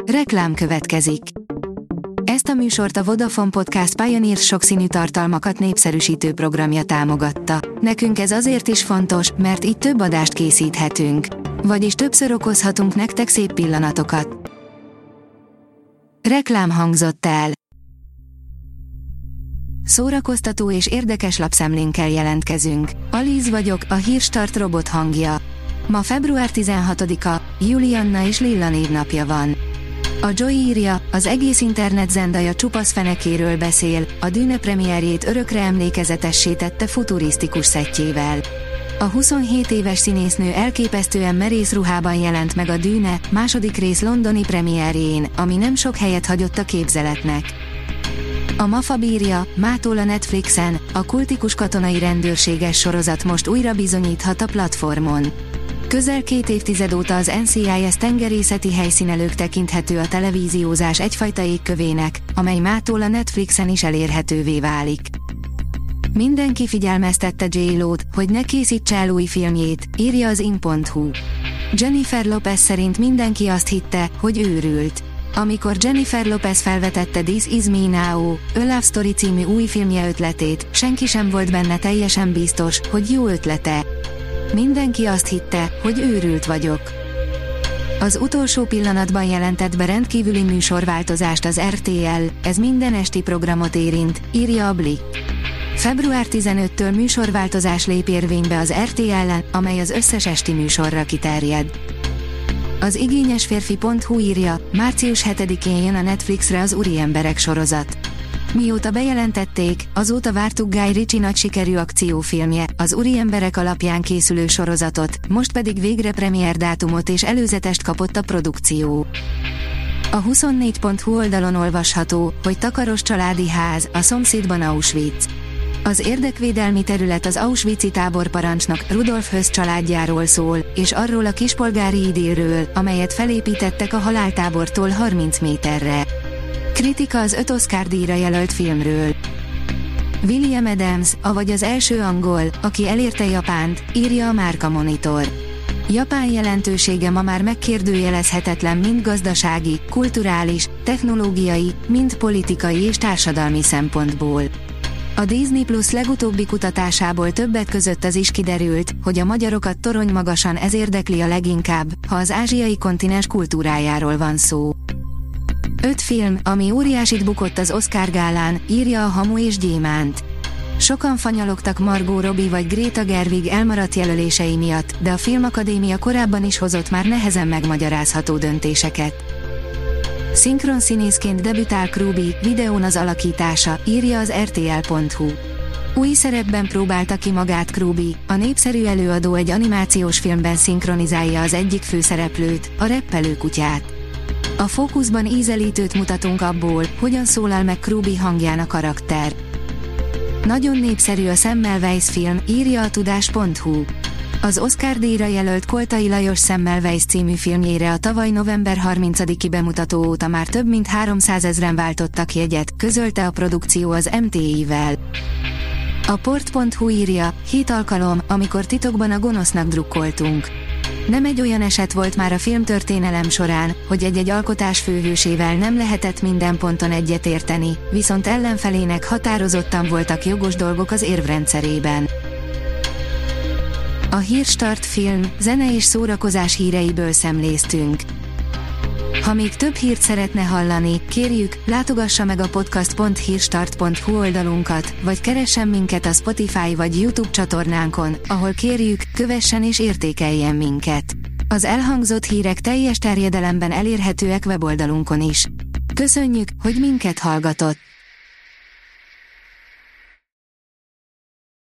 Reklám következik. Ezt a műsort a Vodafone Podcast Pioneer sokszínű tartalmakat népszerűsítő programja támogatta. Nekünk ez azért is fontos, mert így több adást készíthetünk. Vagyis többször okozhatunk nektek szép pillanatokat. Reklám hangzott el. Szórakoztató és érdekes lapszemlénkkel jelentkezünk. Alíz vagyok, a Hírstart robot hangja. Ma február 16-a, Julianna és Lilla névnapja van. A Joy írja, az egész internet zendaja csupasz fenekéről beszél, a Dűne premierjét örökre emlékezetessé tette futurisztikus szettjével. A 27 éves színésznő elképesztően merész ruhában jelent meg a Dűne második rész londoni premierjén, ami nem sok helyet hagyott a képzeletnek. A MAFA bírja, mától a Netflixen, a kultikus katonai rendőrséges sorozat most újra bizonyíthat a platformon. Közel 2 évtized óta az NCIS tengerészeti helyszínelők tekinthető a televíziózás egyfajta égkövének, amely mától a Netflixen is elérhetővé válik. Mindenki figyelmeztette J-Lo-t, hogy ne készítse el új filmjét, írja az in.hu. Jennifer Lopez szerint mindenki azt hitte, hogy őrült. Amikor Jennifer Lopez felvetette This Is Me Now, A Love Story című új filmje ötletét, senki sem volt benne teljesen biztos, hogy jó ötlete. Mindenki azt hitte, hogy őrült vagyok. Az utolsó pillanatban jelentett be rendkívüli műsorváltozást az RTL, ez minden esti programot érint, írja a Blick. Február 15-től műsorváltozás lép érvénybe az RTL-en, amely az összes esti műsorra kiterjed. Az igényesférfi.hu írja, március 7-én jön a Netflixre az Úri emberek sorozat. Mióta bejelentették, azóta vártuk Guy Ritchie nagy sikerű akciófilmje, az Úri emberek alapján készülő sorozatot, most pedig végre premiérdátumot és előzetest kapott a produkció. A 24.hu oldalon olvasható, hogy takaros családi ház, a szomszédban Auschwitz. Az érdekvédelmi terület az auschwitzi táborparancsnok Rudolf Höss családjáról szól, és arról a kispolgári idyllről, amelyet felépítettek a haláltábortól 30 méterre. Kritika az 5 Oscar-díjra jelölt filmről. William Adams, avagy az első angol, aki elérte Japánt, írja a Márka Monitor. Japán jelentősége ma már megkérdőjelezhetetlen mind gazdasági, kulturális, technológiai, mind politikai és társadalmi szempontból. A Disney Plus legutóbbi kutatásából többek között az is kiderült, hogy a magyarokat toronymagasan ez érdekli a leginkább, ha az ázsiai kontinens kultúrájáról van szó. 5 film, ami óriásit bukott az Oscar gálán, írja a Hamu és Gyémánt. Sokan fanyalogtak Margot Robbie vagy Greta Gerwig elmaradt jelölései miatt, de a Filmakadémia korábban is hozott már nehezen megmagyarázható döntéseket. Szinkron színészként debütál Krúbi, videón az alakítása, írja az RTL.hu. Új szerepben próbálta ki magát Krúbi, a népszerű előadó egy animációs filmben szinkronizálja az egyik főszereplőt, a reppelő kutyát. A fókuszban ízelítőt mutatunk abból, hogyan szólal meg Krúbi hangján a karakter. Nagyon népszerű a Semmelweis film, írja a tudás.hu. Az Oscar-díjra jelölt Koltai Lajos Semmelweis című filmjére a tavaly november 30-i bemutató óta már több mint 300 000-en váltottak jegyet, közölte a produkció az MTI-vel. A port.hu írja, 7 alkalom, amikor titokban a gonosznak drukkoltunk. Nem egy olyan eset volt már a filmtörténelem során, hogy egy-egy alkotás főhősével nem lehetett minden ponton egyetérteni, viszont ellenfelének határozottan voltak jogos dolgok az érvrendszerében. A Hírstart film, zene és szórakozás híreiből szemléztünk. Ha még több hírt szeretne hallani, kérjük, látogassa meg a podcast.hírstart.hu oldalunkat, vagy keressen minket a Spotify vagy YouTube csatornánkon, ahol kérjük, kövessen és értékeljen minket. Az elhangzott hírek teljes terjedelemben elérhetőek weboldalunkon is. Köszönjük, hogy minket hallgatott!